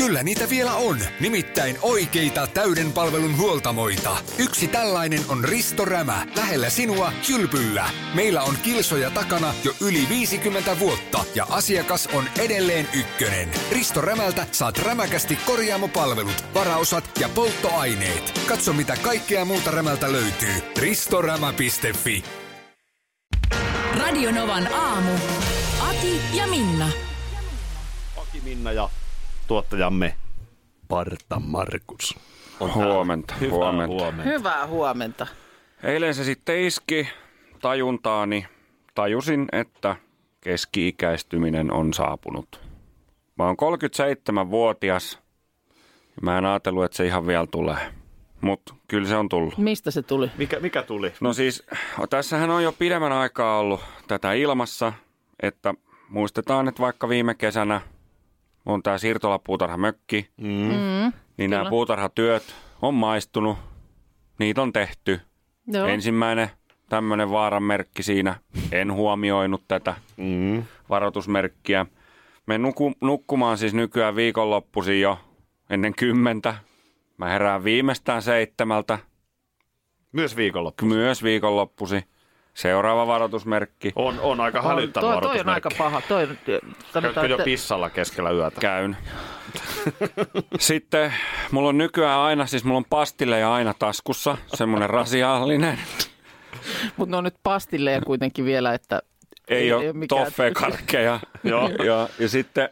Kyllä niitä vielä on, nimittäin oikeita täyden palvelun huoltamoita. Yksi tällainen on Risto Rämä, lähellä sinua, Kylpyllä. Meillä on kilsoja takana jo yli 50 vuotta ja asiakas on edelleen ykkönen. Risto Rämältä saat rämäkästi korjaamopalvelut, varaosat ja polttoaineet. Katso mitä kaikkea muuta Rämältä löytyy. ristorämä.fi. Radio Novan aamu. Aki ja Minna. Aki, Minna ja tuottajamme Parta Markus. Huomenta. Hyvää huomenta. Eilen se sitten iski tajuntaani. Tajusin, että keski-ikäistyminen on saapunut. Mä oon 37-vuotias. Mä en ajatellut, että se ihan vielä tulee. Mutta kyllä se on tullut. Mistä se tuli? Mikä tuli? No siis, tässähän on jo pidemmän aikaa ollut tätä ilmassa, että muistetaan, että vaikka viime kesänä on tämä siirtolapuutarhamökki, niin nämä puutarhatyöt on maistunut, niitä on tehty. Joo. Ensimmäinen tämmöinen vaaranmerkki siinä, en huomioinut tätä varoitusmerkkiä. Me nukkumaan siis nykyään viikonloppuisin jo ennen 10. Mä herään viimeistään 7. Myös viikonloppu. Myös viikonloppuisin. Seuraava varoitusmerkki. On aika hälyttävä varoitusmerkki. Toi on aika paha. Käytkö jo pissalla keskellä yötä? Käyn. Sitten mulla on nykyään aina, siis mulla on pastilleja aina taskussa, semmoinen rasiaallinen. Mutta ne on nyt pastilleja kuitenkin vielä, että ei ole toffeekarkkeja. ja sitten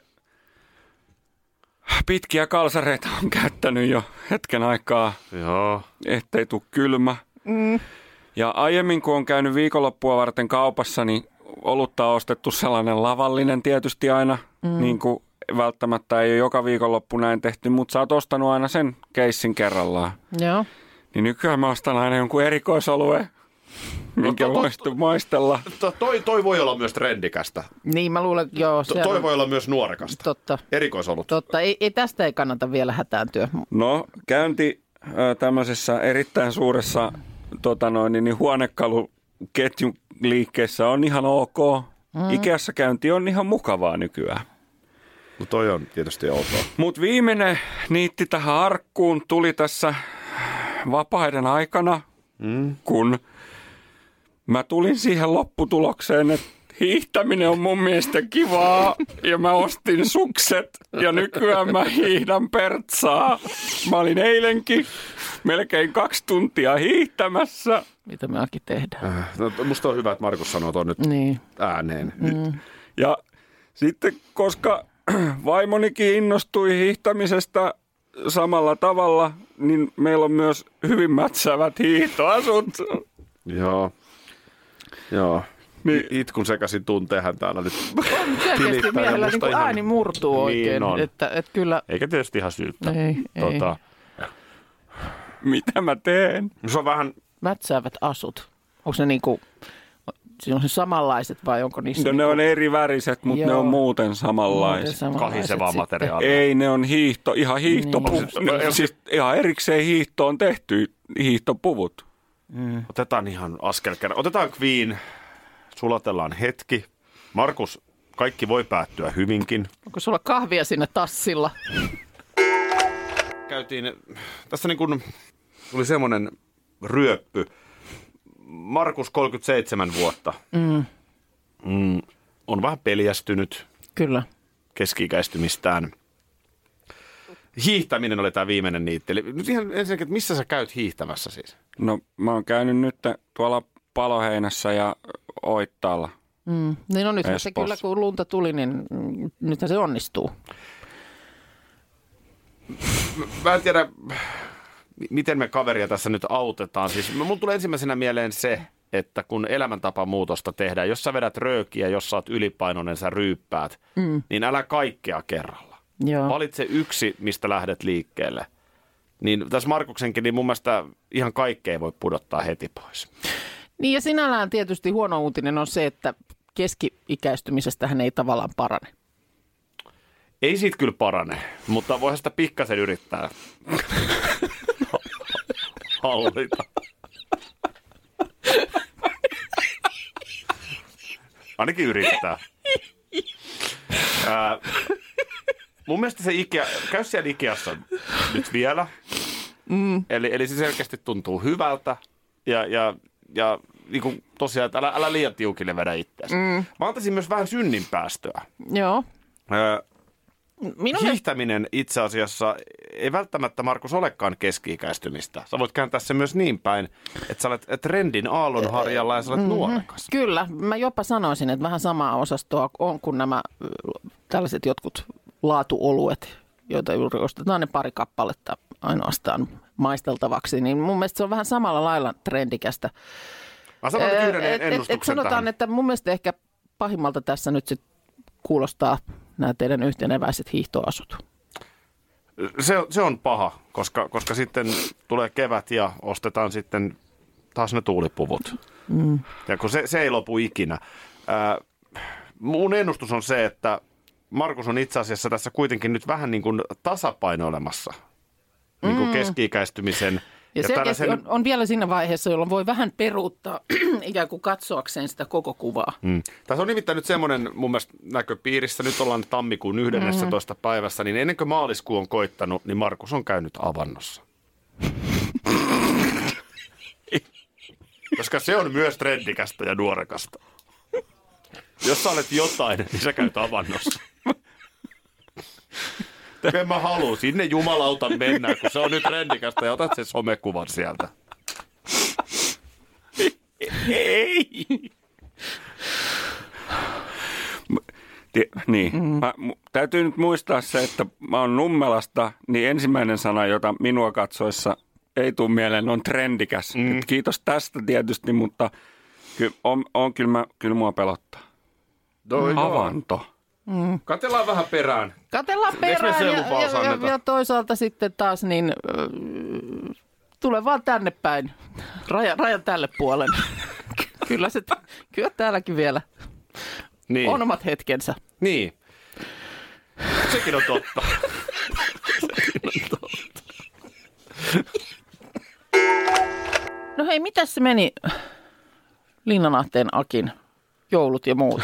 pitkiä kalsareita on käyttänyt jo hetken aikaa, ettei tule kylmä. Ja aiemmin, kun on käynyt viikonloppua varten kaupassa, niin olutta on ostettu sellainen lavallinen tietysti aina. Niin kuin välttämättä ei ole joka viikonloppu näin tehty, mutta sä oot ostanut aina sen keissin kerrallaan. Joo. Niin nykyään mä ostan aina jonkun erikoisolue, minkä maistella. Toi voi olla myös trendikästä. Niin, mä luulen, joo. Toi voi olla myös nuorekasta. Totta. Erikoisolut. Totta, tästä ei kannata vielä hätääntyä. No, käynti tämmöisessä erittäin suuressa huonekaluketjun liikkeessä on ihan ok. Ikeassa käynti on ihan mukavaa nykyään. No toi on tietysti outoa. Mutta viimeinen niitti tähän arkkuun tuli tässä vapaiden aikana, kun mä tulin siihen lopputulokseen, että hiihtäminen on mun mielestä kivaa ja mä ostin sukset ja nykyään mä hiihdän pertsaa. Mä olin eilenkin melkein 2 tuntia hiihtämässä. Mitä me Aki tehdään? No, musta on hyvä, että Markus sanoo ton nyt ääneen. Ja sitten, koska vaimonikin innostui hiihtämisestä samalla tavalla, niin meillä on myös hyvin mätsäävät hiihtoasut. Joo. Niin. Itkun sekaisin tunteehan täällä nyt. On selkeästi mielellä, niin kuin ääni murtuu oikein. Niin että kyllä. Eikä tietysti ihan syyttä. Ei. Mitä mä teen? Se on vähän Mätsäävät asut. Onko ne niinku, on se samanlaiset vai onko niissä? No ne on eri väriset, mutta ne on muuten samanlaiset. kahisevaa materiaalia. Ei, ne on ihan hiihtopuvut. Niin. Siis ihan erikseen hiihtoon tehty hiihtopuvut. Otetaan ihan askel kerran. Otetaan Queen, sulatellaan hetki. Markus, kaikki voi päättyä hyvinkin. Onko sulla kahvia sinne tassilla? Käytiin, tässä niin kuin tuli semmoinen ryöppy. Markus 37 vuotta. On vähän peljästynyt. Kyllä. Keski-ikäistymistään. Hiihtäminen oli tämä viimeinen niitti. Eli nyt ihan ensinnäkin, että missä sä käyt hiihtämässä siis? No mä oon käynyt nyt tuolla Paloheinässä ja Oittaalla. Niin no nythän se kyllä, kun lunta tuli, niin nythän se onnistuu. Mä en tiedä, miten me kaveria tässä nyt autetaan. Siis mun tulee ensimmäisenä mieleen se, että kun elämäntapamuutosta tehdään, jos sä vedät röökiä, jos sä oot ylipainoinen, sä ryyppäät, niin älä kaikkea kerralla. Joo. Valitse yksi, mistä lähdet liikkeelle. Niin tässä Markuksenkin, niin mun mielestä ihan kaikkea voi pudottaa heti pois. Niin ja sinällään tietysti huono uutinen on se, että keski-ikäistymisestähän ei tavallaan parane. Ei siitä kyllä parane, mutta voihan sitä pikkasen yrittää hallita. Ainakin yrittää. mun mielestä se käy siellä Ikeassa nyt vielä. Eli se selkeästi tuntuu hyvältä ja niin kuin tosiaan, että älä liian tiukille vedä itseäsi. Mä antaisin myös vähän synninpäästöä. Joo. Hiihtäminen itse asiassa ei välttämättä, Markus, olekaan keski-ikäistymistä. Sä voit kääntää sen myös niin päin, että sä olet trendin aallonharjalla ja sä olet nuorekas. Kyllä, mä jopa sanoisin, että vähän samaa osastoa on kuin nämä tällaiset jotkut laatuoluet, joita juuri ostetaan ne pari kappaletta ainoastaan maisteltavaksi. Niin mun mielestä se on vähän samalla lailla trendikästä. Mä sanon nyt yhden ennustuksen sanotaan, tähän. että mun mielestä ehkä pahimmalta tässä nyt sit kuulostaa nämä teidän yhteneväiset hiihtoasut. Se on paha, koska sitten tulee kevät ja ostetaan sitten taas ne tuulipuvut. Ja kun se ei lopu ikinä. Mun ennustus on se, että Markus on itse asiassa tässä kuitenkin nyt vähän niin kuin tasapainoilemassa niin kuin keski-ikäistymisen. Ja selkeästi on vielä siinä vaiheessa, jolloin voi vähän peruuttaa ikään kuin katsoakseen sitä koko kuvaa. Tässä on nimittäin nyt semmoinen mun mielestä näköpiirissä, nyt ollaan tammikuun 11. päivässä, niin ennen kuin maaliskuu on koittanut, niin Markus on käynyt avannossa. Koska se on myös trendikästä ja nuorekasta. Jos sä olet jotain, niin sä käyt avannossa. En mä halua, sinne jumalauta mennään, kun se on nyt trendikästä ja otat sen somekuvan sieltä. Ei! Täytyy nyt muistaa se, että mä oon Nummelasta, niin ensimmäinen sana, jota minua katsoessa ei tule mieleen, on trendikäs. Kiitos tästä tietysti, mutta kyllä mua pelottaa. Avanto. Katellaan vähän perään. Katellaan perään ja toisaalta sitten taas niin tule vaan tänne päin. Rajan tälle puolelle. Kyllä täälläkin vielä on omat hetkensä. Niin. Sekin on totta. No hei, mitäs se meni Linnanahteen Akin joulut ja muut?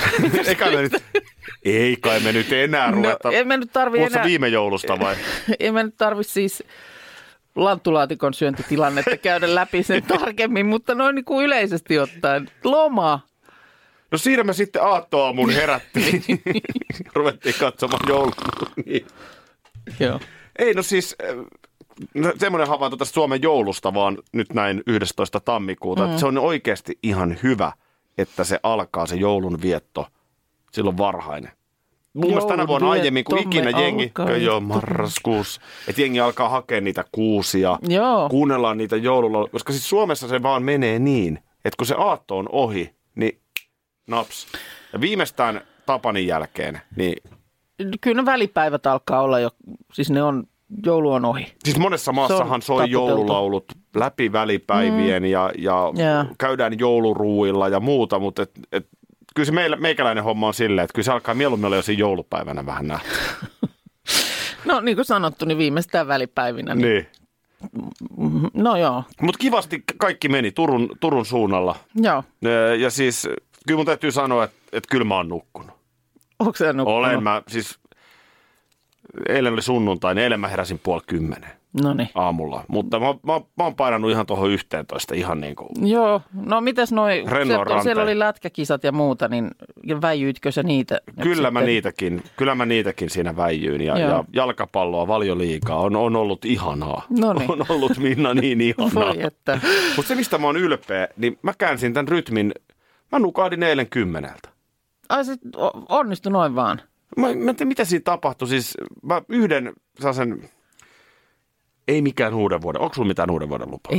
Ei kai me nyt enää ruveta. No, emme nyt tarvi enää. viime joulusta vai? Emme nyt tarvi siis lanttulaatikon syöntitilannetta käydä läpi sen tarkemmin, mutta noin niin kuin yleisesti ottaen. Loma. No siinä me sitten aattoaamun herättiin. Ruvettiin katsomaan joulua. Niin. Joo. Ei no siis semmoinen havainto tästä Suomen joulusta vaan nyt näin 11. tammikuuta. Että se on oikeasti ihan hyvä, että se alkaa se joulun vietto silloin varhainen. Mun mielestä tänä vuonna aiemmin kuin ikinä jengi, marraskuussa, että jengi alkaa hakea niitä kuusia, kuunnellaan niitä joululla, koska siis Suomessa se vaan menee niin, että kun se aatto on ohi, niin naps. Ja viimeistään Tapanin jälkeen, niin kyllä ne välipäivät alkaa olla jo, siis joulu on ohi. Siis monessa maassahan soi joululaulut läpi välipäivien ja käydään jouluruuilla ja muuta, mutta kyllä se meikäläinen homma on silleen, että kyllä se alkaa mieluummin olla jo siinä joulupäivänä vähän nähdä. No niin kuin sanottu, niin viimeistään välipäivinä. Niin. No joo. Mutta kivasti kaikki meni Turun suunnalla. Joo. Ja siis kyllä mun täytyy sanoa, että kyllä mä oon nukkunut. Onko sä nukkunut? Olen mä, siis eilen oli sunnuntai, niin eilen mä heräsin 9:30 aamulla. Mutta mä oon painanut ihan tuohon 11 ihan niin kuin. Joo, no mitäs siellä oli lätkäkisat ja muuta, niin väijyitkö sä niitä? Kyllä mä niitäkin siinä väijyin ja jalkapalloa, Valioliigaa on ollut ihanaa. Noniin. On ollut Minna niin ihanaa. Mutta se mistä mä oon ylpeä, niin mä käänsin tämän rytmin, mä nukahdin eilen 10. Ai se onnistui noin vaan? Mä en tiedä, mitä siinä tapahtui. Siis mä yhden sellaisen, ei mikään uuden vuoden. Onko sulla mitään uuden vuoden lupaa?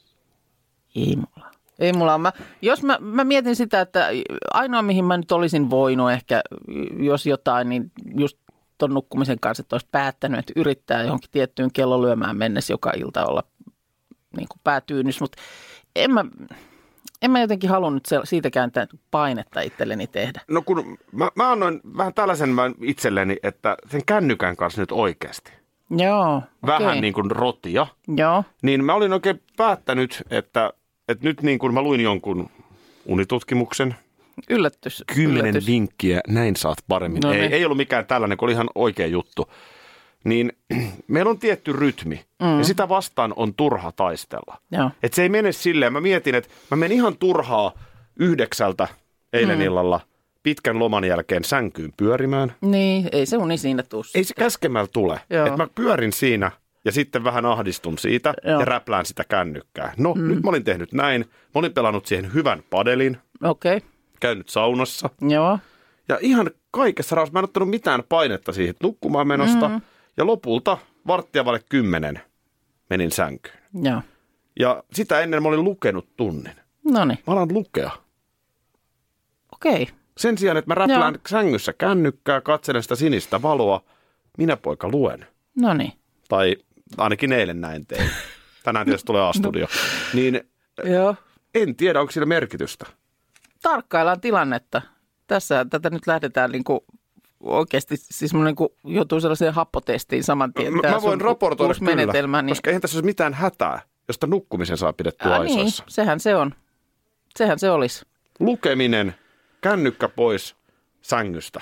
Ei mulla. Jos mä mietin sitä, että ainoa mihin mä nyt olisin voinut ehkä, jos jotain, niin just ton nukkumisen kanssa, että olisi päättänyt, että yrittää johonkin tiettyyn kellolyömään mennessä joka ilta olla niin kuin päätyynys, mutta en mä jotenkin halunnut siitäkään painetta itselleni tehdä. No kun mä annoin vähän tällaisen itselleni, että sen kännykän kanssa nyt oikeasti. Joo. Vähän niin kuin rotia. Joo. Niin mä olin oikein päättänyt, että nyt niin kuin mä luin jonkun unitutkimuksen, Yllätys. 10 vinkkiä, näin saat paremmin. No niin. Ei ollut mikään tällainen, kun oli ihan oikea juttu. Niin meillä on tietty rytmi ja sitä vastaan on turha taistella. Että se ei mene silleen. Mä mietin, että mä menen ihan turhaa 9 eilen illalla pitkän loman jälkeen sänkyyn pyörimään. Niin, ei se uni siinä tule. Ei se käskemällä tule. Että mä pyörin siinä ja sitten vähän ahdistun siitä ja räplään sitä kännykkää. No, nyt mä olin tehnyt näin. Mä olin pelannut siihen hyvän padelin. Okei. Käynyt saunassa. Joo. Ja ihan kaikessa rauhassa. Mä en ottanut mitään painetta siihen nukkumaan menosta. Ja lopulta 9:15 menin sänkyyn. Joo. Ja sitä ennen mä olin lukenut tunnin. Noniin. Mä alan lukea. Okei. Sen sijaan, että mä räplään sängyssä kännykkää, katselen sitä sinistä valoa, minä poika luen. Noniin. Tai ainakin eilen näin tein. Tänään tietysti tulee A-studio. Niin Joo. en tiedä, onko sillä merkitystä. Tarkkaillaan tilannetta. Tässä tätä nyt lähdetään niinku oikeasti, siis mun niinku joutuu sellaiseen happotestiin saman tien. Mä voin raportoida kyllä, menetelmä, niin... koska eihän tässä ole mitään hätää, josta nukkumisen saa pidettyä aisoissa. Niin, sehän se on. Sehän se olisi. Lukeminen, kännykkä pois sängystä.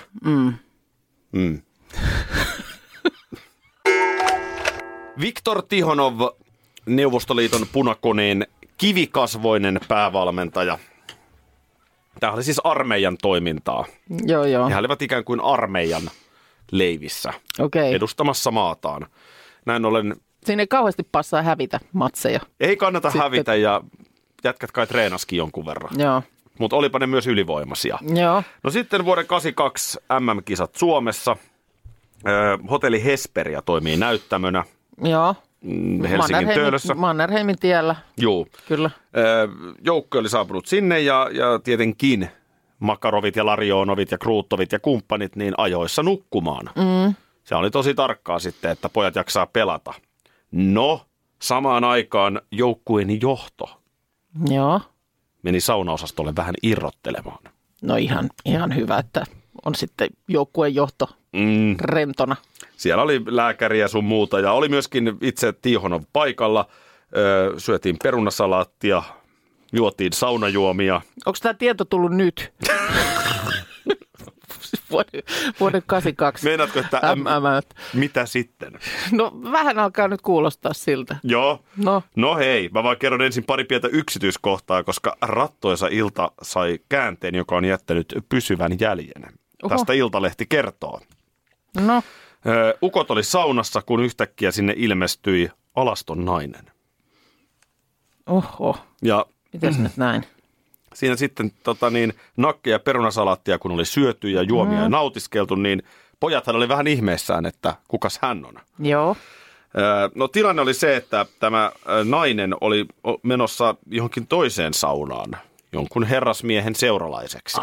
Viktor Tihonov, Neuvostoliiton punakoneen kivikasvoinen päävalmentaja. Tämä oli siis armeijan toimintaa. Joo. He olivat ikään kuin armeijan leivissä edustamassa maataan. Näin ollen... Siinä ei kauheasti passaa hävitä matseja. Ei kannata hävitä ja jätkät kai treenaskin jonkun verran. Joo. Mutta olipa ne myös ylivoimaisia. Joo. No sitten vuoden 82 MM-kisat Suomessa. Hotelli Hesperia toimii näyttämönä. Joo. Helsingin Töölössä. Mannerheimin tiellä. Joo. Kyllä. Joukko oli saapunut sinne ja tietenkin Makarovit ja Larionovit ja Kruuttovit ja kumppanit niin ajoissa nukkumaan. Se oli tosi tarkkaa sitten, että pojat jaksaa pelata. No, samaan aikaan joukkueen johto meni saunaosastolle vähän irrottelemaan. No ihan hyvä, että on sitten joukkueen johto rentona. Siellä oli lääkäriä sun muuta ja oli myöskin itse Tihonov paikalla. Syötiin perunasalaattia, juotiin saunajuomia. Onko tämä tieto tullut nyt? Vuoden 82. Meinaatko, että mitä sitten? No vähän alkaa nyt kuulostaa siltä. Joo. No hei, mä vaan kerron ensin pari pientä yksityiskohtaa, koska rattoisa ilta sai käänteen, joka on jättänyt pysyvän jäljen. Tästä Iltalehti kertoo. No. Ukot oli saunassa, kun yhtäkkiä sinne ilmestyi alaston nainen. Oho. Ja mites nyt näin? Siinä sitten nakkeja ja perunasalaattia, kun oli syöty ja juomia ja nautiskeltu, niin pojathan oli vähän ihmeessään, että kukas hän on. Joo. No tilanne oli se, että tämä nainen oli menossa johonkin toiseen saunaan, jonkun herrasmiehen seuralaiseksi.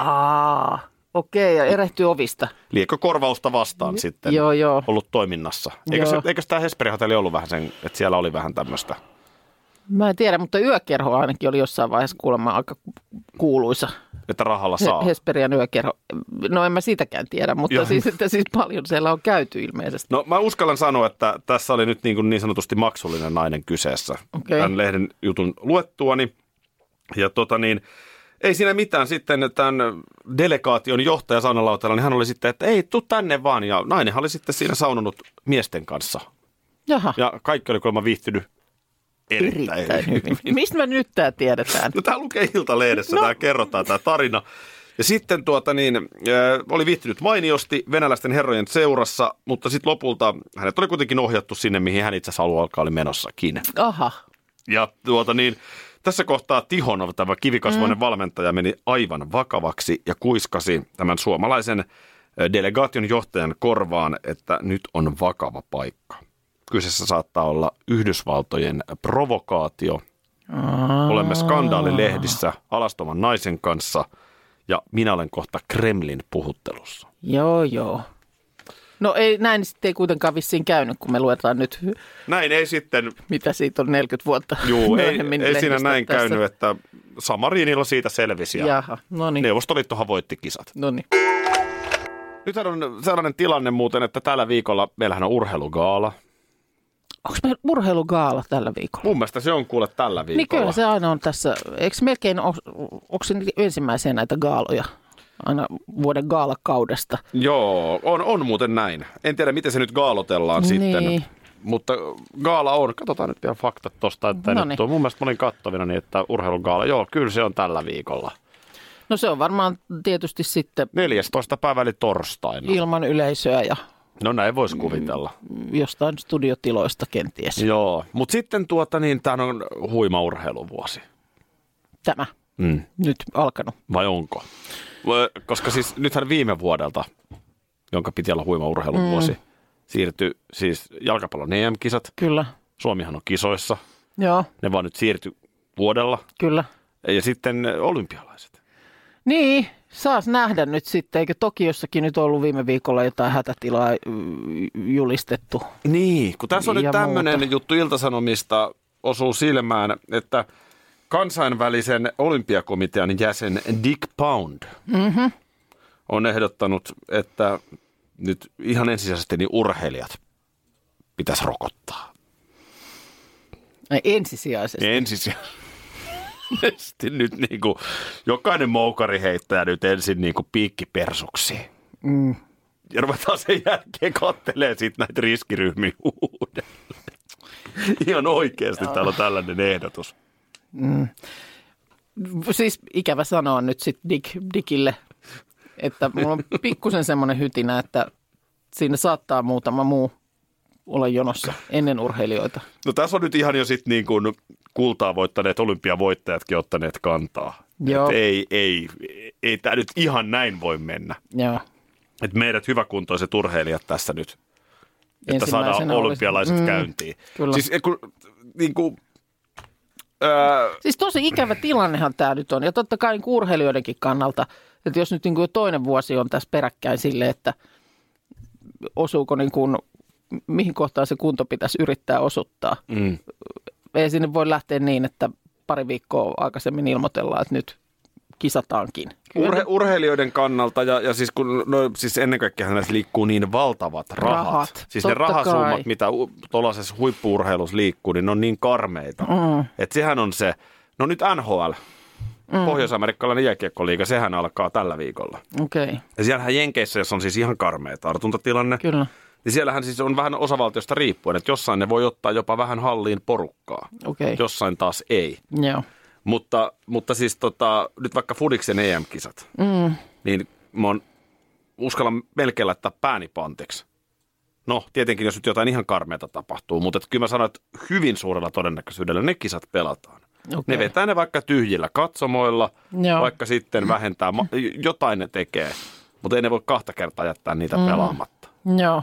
Okei, ja erehtyi ovista. Liekö korvausta vastaan sitten ollut toiminnassa? Eikö tämä Hesperi-hotelli ollut vähän sen, että siellä oli vähän tämmöistä? Mä en tiedä, mutta yökerho ainakin oli jossain vaiheessa kuulemma aika kuuluisa. Että rahalla saa. Hesperian yökerho. No en mä siitäkään tiedä, mutta siis paljon siellä on käyty ilmeisesti. No mä uskallan sanoa, että tässä oli nyt niin sanotusti maksullinen nainen kyseessä. Tämän lehden jutun luettuani. Ja ei siinä mitään sitten tämän delegaation johtaja saunalautalla, niin hän oli sitten, että ei, tuu tänne vaan. Ja nainenhan oli sitten siinä saunonut miesten kanssa. Jaha. Ja kaikki oli kuulemma viihtynyt erittäin hyvin. Mistä me nyt tämä tiedetään? No tämä lukee Iltalehdessä, tämä kerrotaan tämä tarina. Ja sitten oli viihtynyt mainiosti venäläisten herrojen seurassa, mutta sitten lopulta hänet oli kuitenkin ohjattu sinne, mihin hän itse asiassa alun alkaa oli menossakin. Aha. Ja tässä kohtaa Tihonov, tämä kivikasvoinen valmentaja, meni aivan vakavaksi ja kuiskasi tämän suomalaisen delegaation johtajan korvaan, että nyt on vakava paikka. Kyseessä saattaa olla Yhdysvaltojen provokaatio. Olemme skandaalilehdissä alastoman naisen kanssa ja minä olen kohta Kremlin puhuttelussa. Joo. No näin sitten ei kuitenkaan vissiin käynyt, kun me luetaan nyt. Näin ei sitten. Mitä siitä on 40 vuotta. Joo, ei siinä näin tässä käynyt, että Samarinilla siitä selvisi. Jaha, no niin. Neuvostoliittohan voitti kisat. No niin. Nythän on sellainen tilanne muuten, että tällä viikolla meillähän on urheilugaala. Onko meillä urheilugaala tällä viikolla? Mun mielestä se on kuule tällä viikolla. Niin kyllä se aina on tässä. Eikö melkein, onko se ensimmäisiä näitä gaaloja? aina vuoden gaalakaudesta. Joo, on muuten näin. En tiedä, miten se nyt gaalotellaan sitten. Mutta gaala on, katsotaan nyt vielä faktat tuosta, että nyt on mun mielestä monin kattavina niin, että urheilugaala, joo, kyllä se on tällä viikolla. No se on varmaan tietysti sitten 14. päivä eli torstaina. Ilman yleisöä ja no näin voisi kuvitella. Jostain studiotiloista kenties. Joo, mutta sitten tämä on huima urheiluvuosi. Tämä nyt alkanut. Vai onko? Koska siis nythän viime vuodelta, jonka piti olla huima urheiluvuosi, siirtyi siis jalkapallon EM-kisat. Kyllä. Suomihan on kisoissa. Joo. Ne vaan nyt siirtyi vuodella. Kyllä. Ja sitten olympialaiset. Niin, saas nähdä nyt sitten. Eikö Tokiossakin nyt ollut viime viikolla jotain hätätilaa julistettu? Niin, kun tässä on nyt tämmöinen juttu Ilta-Sanomista osuu silmään, että kansainvälisen olympiakomitean jäsen Dick Pound on ehdottanut, että nyt ihan ensisijaisesti niin urheilijat pitäisi rokottaa. Ensisijaisesti? Ensisijaisesti nyt niin kuin jokainen moukariheittäjä nyt ensin niin kuin piikkipersuksiin. Ja ruvetaan sen jälkeen katselemaan sitten näitä riskiryhmiä uudelleen. Ihan oikeasti täällä on tällainen ehdotus. Siis ikävä sanoa nyt sitten Dickille, että mulla on pikkusen semmoinen hytinä, että siinä saattaa muutama muu olla jonossa ennen urheilijoita. No tässä on nyt ihan jo sitten niin kuin kultaa voittaneet olympiavoittajatkin ottaneet kantaa. Joo. Ei tämä nyt ihan näin voi mennä. Joo. Että meidät hyväkuntoiset urheilijat tässä nyt, että saadaan olympialaiset käyntiin. Kyllä. Siis niin kuin, siis tosi ikävä tilannehan tämä nyt on. Ja totta kai niin urheilijoidenkin kannalta, että jos nyt niin kuin toinen vuosi on tässä peräkkäin silleen, että osuuko niin kuin, mihin kohtaan se kunto pitäisi yrittää osoittaa. Ei sinne voi lähteä niin, että pari viikkoa aikaisemmin ilmoitellaan, että nyt kisataankin. Urheilijoiden kannalta ja siis, siis ennen kaikkea näissä liikkuu niin valtavat rahat. Siis ne rahasummat, mitä tuollaisessa huippu-urheilussa liikkuu, niin ne on niin karmeita. Että sehän on se, no nyt NHL, pohjois-amerikkalainen jääkiekkoliiga, sehän alkaa tällä viikolla. Okay. Ja siellähän Jenkeissä, jos on siis ihan karmea tartuntatilanne, kyllä. Niin siellähän siis on vähän osavaltiosta riippuen, että jossain ne voi ottaa jopa vähän halliin porukkaa, jossain taas ei. Joo. Mutta siis nyt vaikka Fudiksen EM-kisat, niin mä uskallan melkein laittaa pääni pantiksi. No, tietenkin jos nyt jotain ihan karmeata tapahtuu, mutta kyllä mä sanon, että hyvin suurella todennäköisyydellä ne kisat pelataan. Okay. Ne vetää ne vaikka tyhjillä katsomoilla, vaikka sitten vähentää, jotain ne tekee, mutta ei ne voi 2 kertaa jättää niitä pelaamatta. Joo.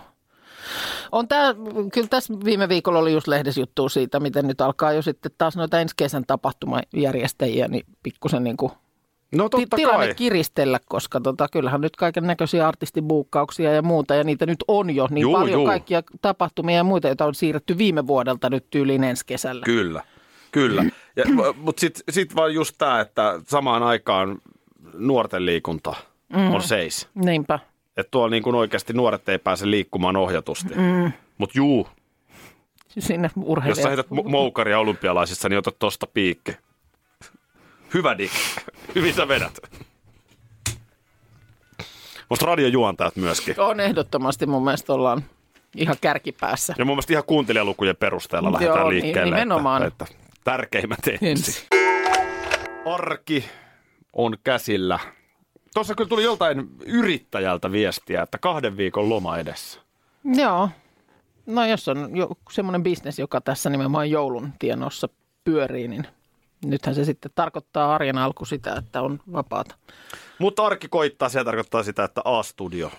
Kyllä tässä viime viikolla oli just lehdessä juttua siitä, miten nyt alkaa jo sitten taas noita ensi kesän tapahtumajärjestäjiä, niin pikkusen niin kuin tilanne kiristellä, koska kyllähän nyt kaiken näköisiä artistibuukkauksia ja muuta, ja niitä nyt on jo niin paljon kaikkia tapahtumia ja muita, joita on siirretty viime vuodelta nyt tyyliin ensi kesällä. Kyllä. Mutta sitten vaan just tämä, että samaan aikaan nuorten liikunta on seis. Niinpä. Että tuolla niin kuin oikeasti nuoret ei pääse liikkumaan ohjatusti. Mutta sinne urheilijat. Jos sä heität moukaria olympialaisissa, niin otat tosta piikki. Hyvä Dick. Hyvin sä vedät. Musta radiojuontajat myöskin. On ehdottomasti, mun mielestä ollaan ihan kärkipäässä. Ja mun mielestä ihan kuuntelijalukujen perusteella lähdetään liikkeelle. Nimenomaan. Että tärkeimmät ensin. Arki on käsillä. Tuossa kyllä tuli joltain yrittäjältä viestiä, että 2 viikon loma edessä. Joo. No jos on semmoinen bisnes, joka tässä nimenomaan joulun tienossa pyörii, niin nythän se sitten tarkoittaa arjen alku sitä, että on vapaata. Mutta arki koittaa, se tarkoittaa sitä, että A-studio.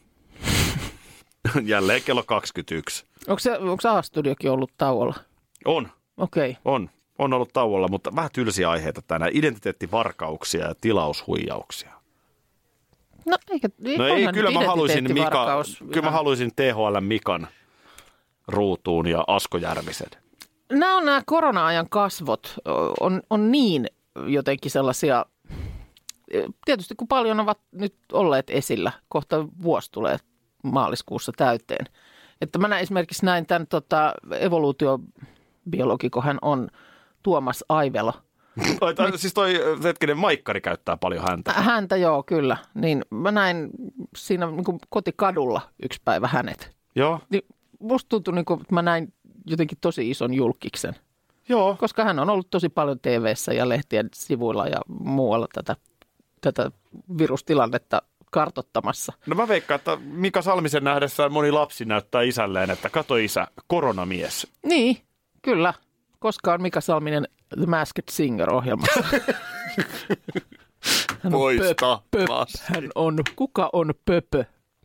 Jälleen kello 21. Onko A-studiokin ollut tauolla? On. Okei. Okay. On ollut tauolla, mutta vähän tylsiä aiheita tänään. Identiteettivarkauksia ja tilaushuijauksia. No ei, kyllä mä haluaisin THL Mikan ruutuun ja Asko Järvisen. Nämä korona-ajan kasvot on niin jotenkin sellaisia, tietysti kun paljon ovat nyt olleet esillä, kohta vuosi tulee maaliskuussa täyteen. Että mä esimerkiksi näin tämän evoluutiobiologiko hän on Tuomas Aivelo, Siis toi hetkinen Maikkari käyttää paljon häntä. Häntä joo, kyllä. Niin mä näin siinä niin kuin kotikadulla yksi päivä hänet. Joo. Niin musta tuntui, niin kuin, että mä näin jotenkin tosi ison julkiksen. Joo. Koska hän on ollut tosi paljon TV:ssä ja lehtien sivuilla ja muualla tätä virustilannetta kartottamassa. No mä veikkaan, että Mika Salmisen nähdessään moni lapsi näyttää isälleen, että kato isä, koronamies. Niin, kyllä. Koska on Mika Salminen The Masked Singer-ohjelmassa. Poista. Hän on, kuka on Pöpö?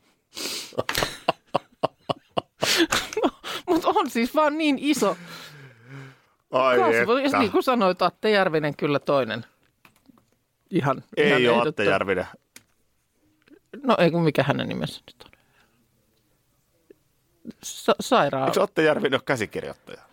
No, mutta on siis vaan niin iso kasvu. Ja niin kuin sanoit, Atte Järvinen kyllä toinen. Ihan ei ole Atte Järvinen. No ei kun mikä hänen nimensä nyt on. Sairaan. Eikö Atte Järvinen ole käsikirjoittaja?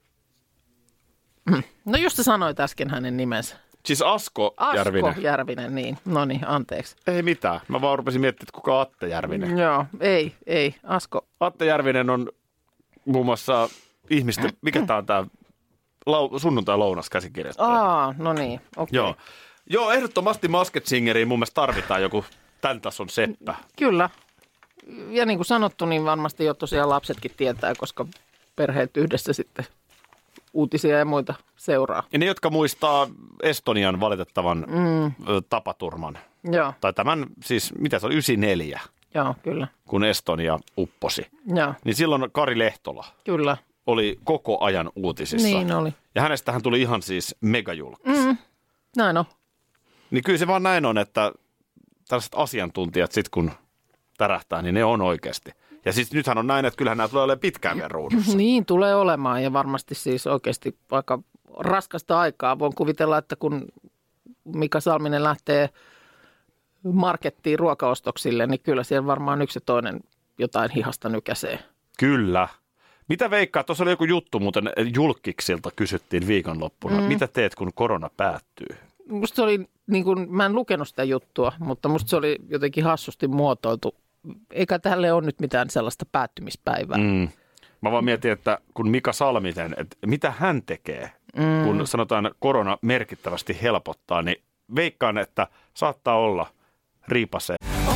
No just sä sanoit äsken hänen nimensä. Siis Asko Järvinen. Asko Järvinen, niin. No niin, anteeksi. Ei mitään. Mä vaan rupesin miettimään, että kuka on Atte Järvinen. Joo, ei. Asko. Atte Järvinen on muun muassa ihmisten, mikä tää on tää sunnuntai-lounas käsikirjoittaja. No niin, okei. Okay. Joo, ehdottomasti Masked Singeriin mun mielestä tarvitaan joku tämän tason seppä. Kyllä. Ja niin kuin sanottu, niin varmasti jo tosiaan lapsetkin tietää, koska perheet yhdessä sitten uutisia ja muita seuraa. Ja ne, jotka muistaa Estonian valitettavan tapaturman. Joo. Tai tämän, siis mitä se oli, 94. Joo, kyllä. Kun Estonia upposi. Joo. Niin silloin Kari Lehtola kyllä. oli koko ajan uutisissa. Niin oli. Ja hänestähän tuli ihan siis megajulkis. Näin on. Niin kyllä se vaan näin on, että tällaiset asiantuntijat sit kun tärähtää, niin ne on oikeasti. Ja siis nythän on näin, että kyllähän nämä tulee olemaan pitkään vielä ruudussa. Niin, tulee olemaan ja varmasti siis oikeasti aika raskasta aikaa. Voin kuvitella, että kun Mika Salminen lähtee markettiin ruokaostoksille, niin kyllä siellä varmaan yksi ja toinen jotain hihasta nykäsee. Kyllä. Mitä veikkaa? Tuossa oli joku juttu muuten, julkiksilta kysyttiin viikonloppuna. Mitä teet, kun korona päättyy? Musta se oli, niin kuin, mä en lukenut sitä juttua, mutta musta se oli jotenkin hassusti muotoiltu. Eikä tälle ole nyt mitään sellaista päättymispäivää. Mä vaan mietin, että kun Mika Salminen, että mitä hän tekee, kun sanotaan korona merkittävästi helpottaa, niin veikkaan, että saattaa olla riipasee.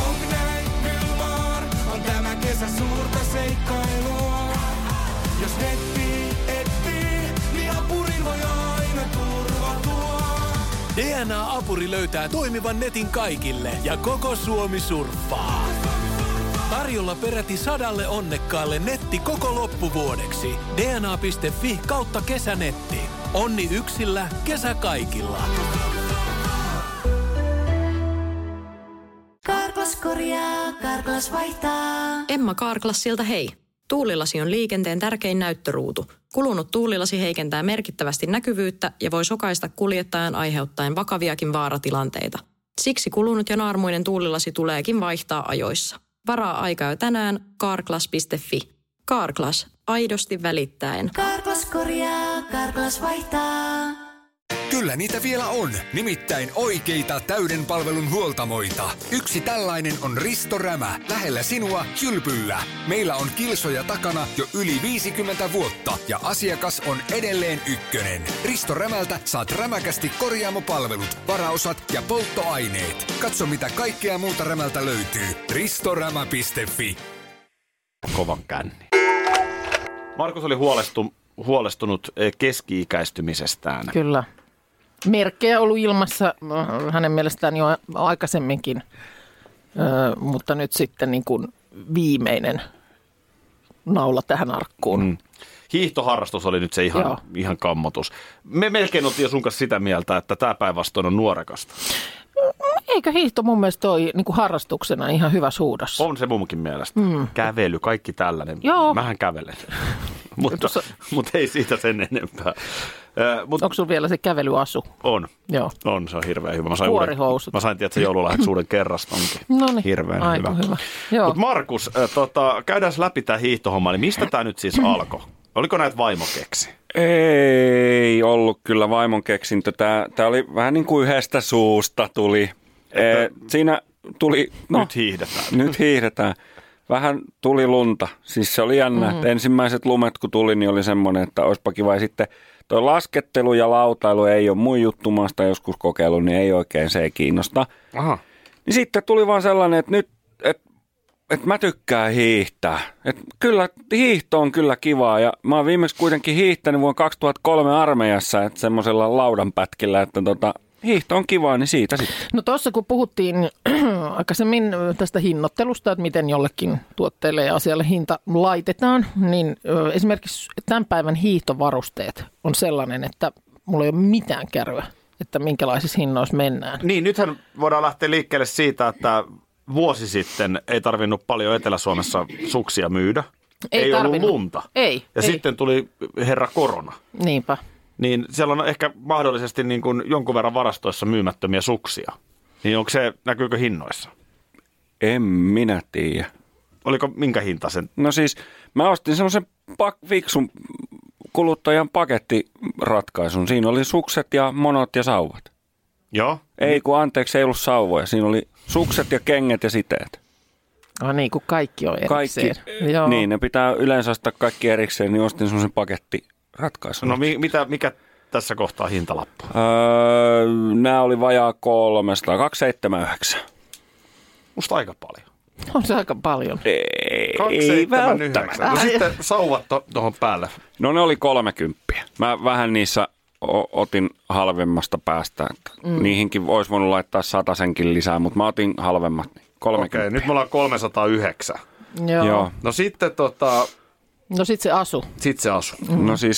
On tämä kesä suurta seikkailua. Jos etsii, niin apurin voi aina turvautua. DNA-apuri löytää toimivan netin kaikille ja koko Suomi surffaa. Tarjolla peräti 100 onnekkaalle netti koko loppuvuodeksi. dna.fi/kesänetti. Onni yksillä, kesä kaikilla. Karklas korjaa, Karklas vaihtaa. Emma Karklassilta hei. Tuulilasi on liikenteen tärkein näyttöruutu. Kulunut tuulilasi heikentää merkittävästi näkyvyyttä ja voi sokaista kuljettajan aiheuttaen vakaviakin vaaratilanteita. Siksi kulunut ja naarmuinen tuulilasi tuleekin vaihtaa ajoissa. Varaa aikaa jo tänään karklas.fi. Karklas, aidosti välittäen. Karklas korjaa, Karklas vaihtaa. Kyllä niitä vielä on, nimittäin oikeita täyden palvelun huoltamoita. Yksi tällainen on Risto Rämä, lähellä sinua, Kylpyllä. Meillä on kilsoja takana jo yli 50 vuotta ja asiakas on edelleen ykkönen. Risto Rämältä saat rämäkästi korjaamopalvelut, varaosat ja polttoaineet. Katso mitä kaikkea muuta Rämältä löytyy. ristorämä.fi. Kovan känni. Markus oli huolestunut keski-ikäistymisestään. Kyllä. Merkkejä ollut ilmassa hänen mielestään jo aikaisemminkin, mutta nyt sitten niin kuin viimeinen naula tähän arkkuun. Hiihtoharrastus oli nyt se ihan kammotus. Me melkein oltiin jo sun kanssa sitä mieltä, että tämä päinvastoin on nuorekasta. Eikö hiihto mun mielestä ole niin kuin harrastuksena ihan hyvä suudossa? On se munkin mielestä. Kävely, kaikki tällainen. Joo. Mähän kävelen. mutta ei siitä sen enempää. Onko sulla vielä se kävelyasu? On. Joo. On, se on hirveän hyvä. Kuorihousut. Mä sain tietää joululahjaksi uuden kerrastonkin. Noniin, hirveän hyvä. Mutta Markus, käydään läpi tämä hiihtohomma. Eli mistä tämä nyt siis alkoi? Oliko näitä vaimo keksi? Ei ollut kyllä vaimon keksintö. Tämä oli vähän niin kuin yhdestä suusta tuli. Siinä tuli... Nyt hiihdetään. Nyt hiihdetään. vähän tuli lunta. Siis se oli jännä, että ensimmäiset lumet kun tuli, niin oli semmoinen, että olisipa kiva. Ja sitten tuo laskettelu ja lautailu ei ole mun juttu, mä sitä joskus kokeillut, niin ei oikein, se ei kiinnosta. Aha. Niin sitten tuli vaan sellainen, että nyt, että mä tykkään hiihtää. Että kyllä hiihto on kyllä kivaa ja mä oon viimeksi kuitenkin hiihtänyt vuonna 2003 armeijassa, että semmoisella laudanpätkillä, että hiihto on kivaa, niin siitä sitten. No tuossa kun puhuttiin aikaisemmin tästä hinnoittelusta, että miten jollekin tuotteelle ja asialle hinta laitetaan, niin esimerkiksi tämän päivän hiihtovarusteet on sellainen, että mulla ei ole mitään kärryä, että minkälaisissa hinnoissa mennään. Niin, nythän voidaan lähteä liikkeelle siitä, että vuosi sitten ei tarvinnut paljon Etelä-Suomessa suksia myydä. Ei ollut lunta. Ja sitten tuli herra korona. Niinpä. Niin siellä on ehkä mahdollisesti niin kuin jonkun verran varastoissa myymättömiä suksia. Niin näkyykö hinnoissa? En minä tiedä. Oliko minkä hinta sen? No siis mä ostin semmoisen fiksun kuluttajan pakettiratkaisun. Siinä oli sukset ja monot ja sauvat. Joo. Ei ollut sauvoja. Siinä oli sukset ja kengät ja siteet. Niin kuin kaikki on erikseen. Joo. Niin, ne pitää yleensä ostaa kaikki erikseen, niin ostin semmoisen pakettiratkaisun. No mikä tässä kohtaa hintalappu? Nämä oli vajaa 300, 279. Musta aika paljon. On se aika paljon. Ei välttämättä. No sitten sauvat tuohon päälle. No ne oli 30. Mä vähän niissä otin halvemmasta päästä. Niihinkin olisi voinut laittaa 100-senkin lisää, mutta mä otin halvemmat. 30. Okei, nyt me ollaan 309. Joo. No sitten No sit se asu. No siis,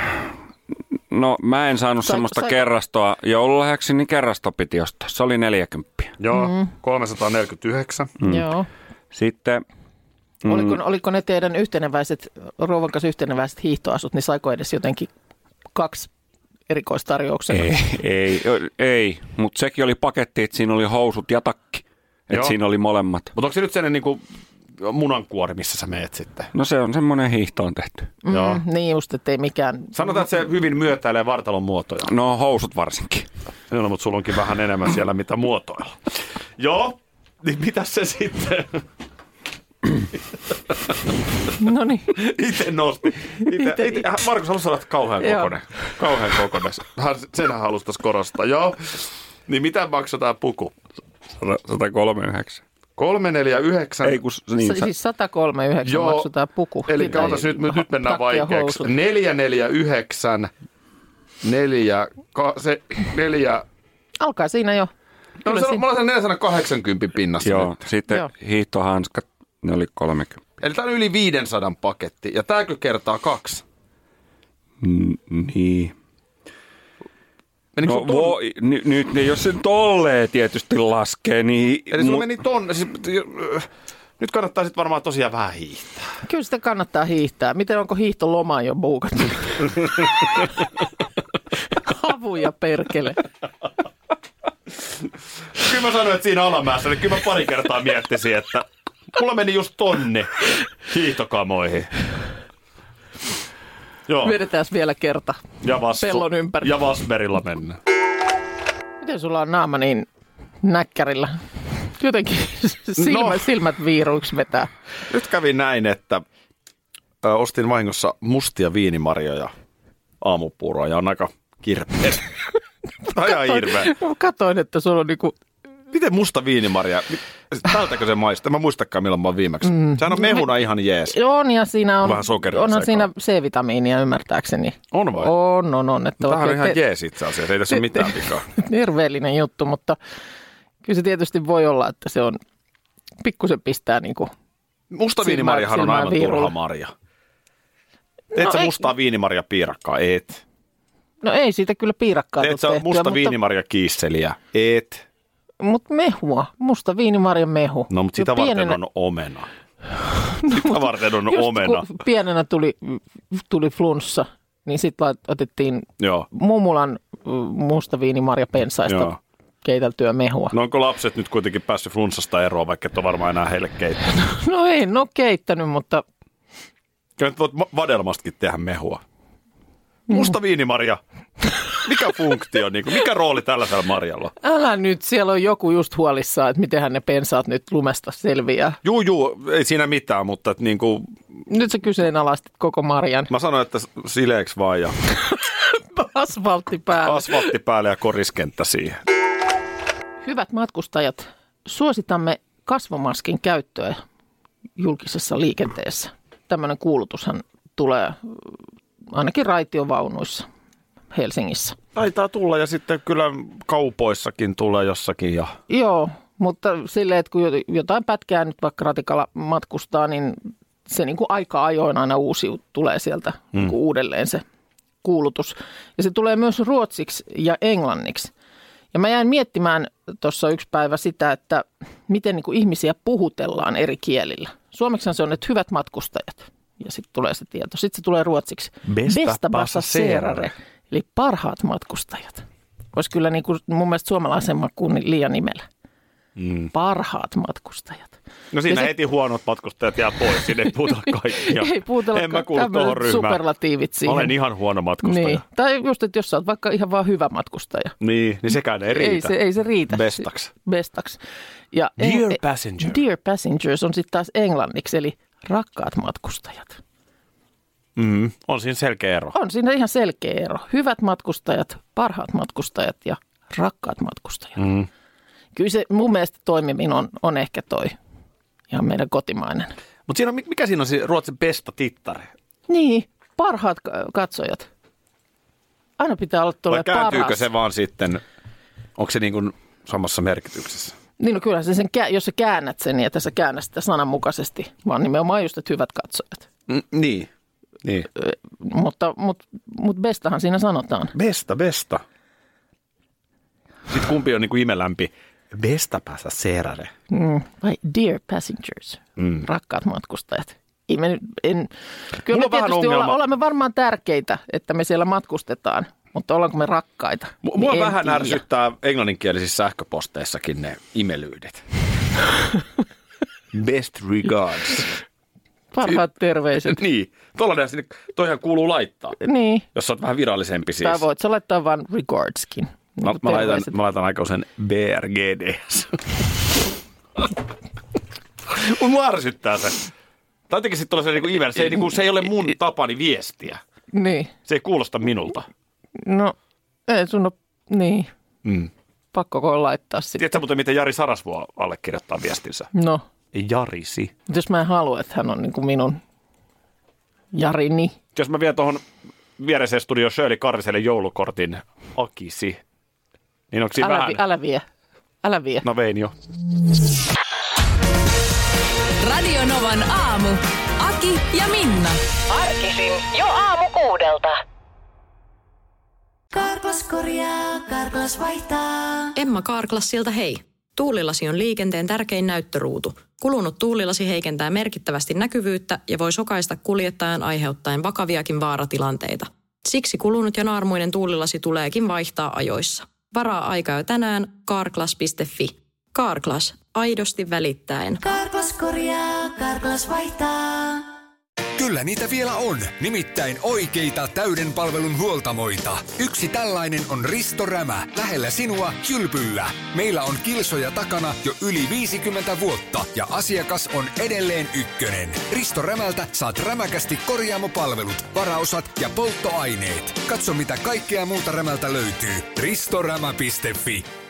mä en saanut semmoista kerrastoa. Joululahjaksi niin kerrasto piti ostaa. Se oli 40. Joo, 349. Joo. Sitten... Oliko ne teidän Rouvan kanssa yhteneväiset hiihtoasut, niin saiko edes jotenkin 2 erikoistarjouksena? Ei, mutta sekin oli paketti, että siinä oli housut ja takki. Että siinä oli molemmat. Mutta onko se nyt sellainen niin kuin munankuori, missä sä meet sitten? No se on semmoinen hiihtoon tehty. Joo. Niin just, ettei mikään... Sanotaan, että se hyvin myötäilee vartalon muotoja. No housut varsinkin. No, mutta sulla onkin vähän enemmän siellä, mitä muotoilla. Joo, niin mitäs se sitten? No niin. Itse nosti. Markus halusi sanoa, että kauhean kokoinen. Kauhean kokoinen. Senhän halusi tässä korostaa. Joo. Niin mitä maksoi tämä puku? 139. 349. Ei kun niin. Siis 139 maksoi tämä puku. Eli nyt mennään vaikeaksi. 449. 4. Alkaa siinä jo. No, mä olen sen 480 pinnassa. Joo, nyt. sitten hiihtohanskat, ne oli 30. Eli tämä on yli 500 paketti. Ja tämäkö kertaa 2? Niin. No nyt jos sen tolleen tietysti laskee, niin... Eli sulla meni tonne. Siis, nyt kannattaa sitten varmaan tosiaan vähän hiihtää. Kyllä sitä kannattaa hiihtää. Miten onko hiihtoloma jo buukattu? Havuja perkele. Kyllä mä sanoin, että siinä alamäessä, niin kyllä mä pari kertaa miettisin, että mulla meni just tonne hiihtokamoihin. Joo. Vedetään vielä kerta pellon ympäri. Ja Vasberilla mennään. Miten sulla on naama niin näkkärillä? Jotenkin silmät viiruiksi vetää. Nyt kävi näin, että ostin vahingossa mustia viinimarjoja aamupuuroa ja on aika kirpeä. Ajan hirveä. Katoin, että sulla on niinku... Miten musta viinimarja? Tältäkö se maistuu? En mä muistakaan, milloin mä oon viimeksi. Sehän on mehuna ihan jees. On, ja siinä on, vähän sokeria onhan siinä C-vitamiinia ymmärtääkseni. On vai? On. Tämähän on ihan jees itse asiassa, ei tässä ole mitään vikaa. Terveellinen juttu, mutta kyllä se tietysti voi olla, että se on pikkusen pistää niinku... Musta viinimarjahan on aivan turha marja. Teet sä mustaa viinimarja piirakkaa? Et. No ei siitä kyllä piirakkaa teet sä musta viinimarja kiisseliä? Et. Mutta mehua, musta viinimarjan mehu. No, mutta sitä varten on omena. Sitä varten on omena. Kun pienenä tuli flunssa, niin sitten otettiin mumulan musta viinimarja pensaista keiteltyä mehua. No onko lapset nyt kuitenkin päässyt flunssasta eroon, vaikka et ole varmaan enää heille keittänyt? No ei, no keittänyt, mutta... Kyllä voit vadelmastakin tehdä mehua. Musta viinimarja. Mikä funktio, niin kuin, mikä rooli tällaisella Marjalla? Älä nyt, siellä on joku just huolissaan, että mitenhän ne pensaat nyt lumesta selviää. Juu, ei siinä mitään, mutta että niin kuin... Nyt sä kyseenalaistit koko Marjan. Mä sanoin, että sileeksi vaan ja... Asfaltti päälle. Asfaltti päälle ja koriskenttä siihen. Hyvät matkustajat, suositamme kasvomaskin käyttöä julkisessa liikenteessä. Tämmöinen kuulutushan tulee ainakin raitiovaunuissa Helsingissä. Taitaa tulla ja sitten kyllä kaupoissakin tulee jossakin. Ja... Joo, mutta silleen, että kun jotain pätkää nyt vaikka ratikalla matkustaa, niin se niin kuin aika ajoin aina tulee sieltä niin kuin uudelleen se kuulutus. Ja se tulee myös ruotsiksi ja englanniksi. Ja mä jäin miettimään tuossa yksi päivä sitä, että miten niin kuin ihmisiä puhutellaan eri kielillä. Suomeksihan se on, että hyvät matkustajat. Ja sitten tulee se tieto. Sitten se tulee ruotsiksi. Bästa passagerare. Eli parhaat matkustajat. Olisi kyllä niin kuin mun mielestä suomalaisemman kuin liian nimellä. Parhaat matkustajat. No siinä heti huonot matkustajat jää pois. Siinä ei puhutella kaikkia. Ei puhutella tämmöiset superlatiivit siihen. Olen ihan huono matkustaja. Niin. Tai just, että jos sä oot vaikka ihan vaan hyvä matkustaja. Niin sekään ei riitä. Ei se riitä. Bestaks. Ja Dear passenger. Dear passengers on sitten taas englanniksi, eli rakkaat matkustajat. On siinä selkeä ero. On siinä ihan selkeä ero. Hyvät matkustajat, parhaat matkustajat ja rakkaat matkustajat. Kyllä se mun mielestä toimivin on ehkä toi ihan meidän kotimainen. Mutta siinä on, mikä siinä on se Ruotsin besta tittari? Niin, parhaat katsojat. Aina pitää olla tuolle paras. Vai kääntyykö se vaan sitten, onko se niin kuin samassa merkityksessä? Niin no kyllä se jos sä käännät sen, niin että sä käännät sitä sananmukaisesti, vaan nimenomaan just, että hyvät katsojat. Niin. Mutta bestahan siinä sanotaan. Besta. Sitten kumpi on niin kuin imelämpi? Bästa passagerare. Vai dear passengers, rakkaat matkustajat. Kyllä me tietysti olemme varmaan tärkeitä, että me siellä matkustetaan, mutta ollaanko me rakkaita? Mua niin vähän ärsyttää englanninkielisissä sähköposteissakin ne imelyydet. Best regards. Parhaat terveiset. Niin, toihan kuuluu laittaa. Niin. Jos olet vähän virallisempi siis. Tai voit sä laittaa vaan regardskin. Mä laitan aika usein BRGDS. Mua ärsyttää se. Tai jotenkin sitten tulee se niinku email. Se ei ole mun tapani viestiä. Niin. Se ei kuulosta minulta. No, ei sun ole, niin. Pakko laittaa sitten. Tiedätkö muuten, miten Jari Sarasvuo allekirjoittaa viestinsä? No. Jarisi. Mutta jos mä en halua, että hän on niin kuin minun Jarini. Jos mä vien tuohon viereiseen studio Shirley Karviselle joulukortin Akisi, niin onko siinä vähän... Älä vie. No vein jo. Radio Novan aamu. Aki ja Minna. Arkisin jo aamu 6:00. Karklas korjaa, Karklas vaihtaa. Emma Karklassilta hei. Tuulilasi on liikenteen tärkein näyttöruutu. Kulunut tuulilasi heikentää merkittävästi näkyvyyttä ja voi sokaista kuljettajan aiheuttaen vakaviakin vaaratilanteita. Siksi kulunut ja naarmuinen tuulilasi tuleekin vaihtaa ajoissa. Varaa aikaa jo tänään carglass.fi. Carglass, aidosti välittäen. Karklas korjaa, Karklas vaihtaa. Kyllä niitä vielä on, nimittäin oikeita täyden palvelun huoltamoita. Yksi tällainen on Risto Rämä, lähellä sinua, Kylpyllä. Meillä on kilsoja takana jo yli 50 vuotta ja asiakas on edelleen ykkönen. Risto Rämältä saat rämäkästi korjaamopalvelut, varaosat ja polttoaineet. Katso mitä kaikkea muuta Rämältä löytyy. ristorämä.fi.